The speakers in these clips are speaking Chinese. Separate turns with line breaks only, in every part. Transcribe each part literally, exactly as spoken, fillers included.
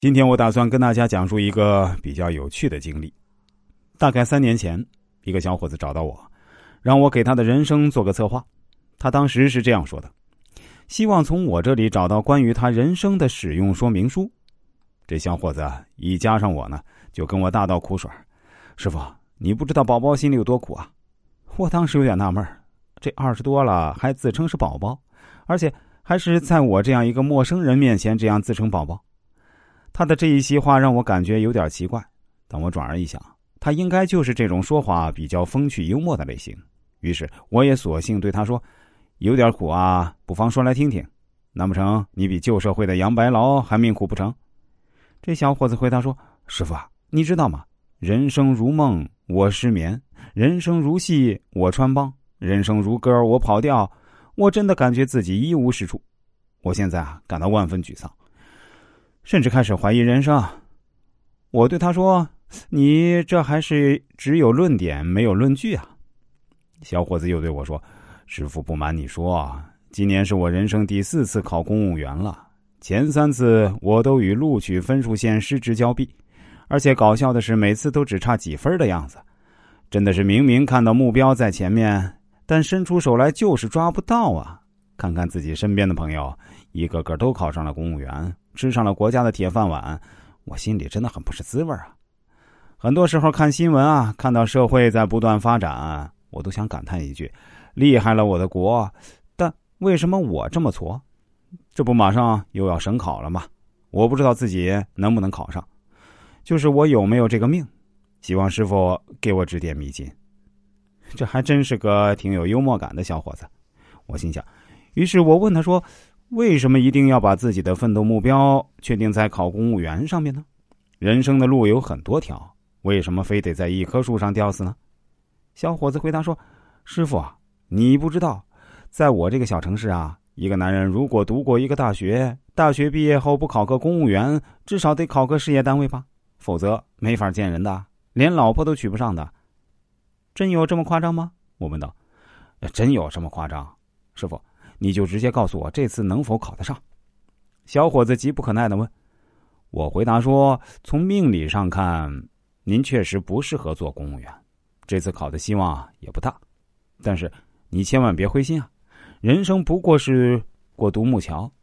今天我打算跟大家讲述一个比较有趣的经历。大概三年前，一个小伙子找到我，让我给他的人生做个策划。他当时是这样说的：希望从我这里找到关于他人生的使用说明书。这小伙子一加上我呢，就跟我大倒苦水：师傅，你不知道宝宝心里有多苦啊。我当时有点纳闷，这二十多了还自称是宝宝，而且还是在我这样一个陌生人面前这样自称宝宝。他的这一席话让我感觉有点奇怪，但我转而一想，他应该就是这种说话比较风趣幽默的类型。于是我也索性对他说：有点苦啊，不妨说来听听，难不成你比旧社会的杨白劳还命苦不成？这小伙子回答说：师傅啊，你知道吗？人生如梦，我失眠；人生如戏，我穿帮；人生如歌，我跑调。我真的感觉自己一无是处。我现在啊，感到万分沮丧，甚至开始怀疑人生。我对他说：你这还是只有论点没有论据啊。小伙子又对我说：师傅，不瞒你说，今年是我人生第四次考公务员了，前三次我都与录取分数线失之交臂，而且搞笑的是每次都只差几分的样子，真的是明明看到目标在前面，但伸出手来就是抓不到啊。看看自己身边的朋友，一个个都考上了公务员，吃上了国家的铁饭碗，我心里真的很不是滋味啊。很多时候看新闻啊，看到社会在不断发展，我都想感叹一句：厉害了我的国，但为什么我这么挫？这不马上又要省考了吗？我不知道自己能不能考上，就是我有没有这个命，希望师傅给我指点迷津。这还真是个挺有幽默感的小伙子，我心想。于是我问他说：为什么一定要把自己的奋斗目标确定在考公务员上面呢？人生的路有很多条，为什么非得在一棵树上吊死呢？小伙子回答说：师傅啊，你不知道，在我这个小城市啊，一个男人如果读过一个大学，大学毕业后不考个公务员，至少得考个事业单位吧，否则没法见人的，连老婆都娶不上的。真有这么夸张吗？我问道。真有这么夸张？师傅，你就直接告诉我这次能否考得上。小伙子急不可耐地问。我回答说：从命理上看，您确实不适合做公务员，这次考的希望也不大，但是你千万别灰心啊，人生不过是过独木桥。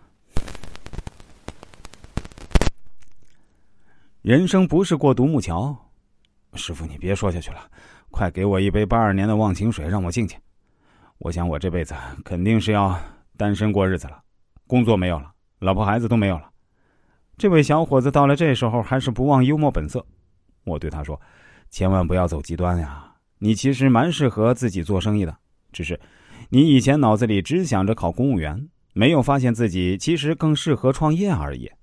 人生不是过独木桥。师傅，你别说下去了，快给我一杯八二年的忘情水，让我静静。我想我这辈子肯定是要单身过日子了，工作没有了，老婆孩子都没有了。这位小伙子到了这时候还是不忘幽默本色。我对他说：千万不要走极端呀，你其实蛮适合自己做生意的，只是你以前脑子里只想着考公务员，没有发现自己其实更适合创业而已。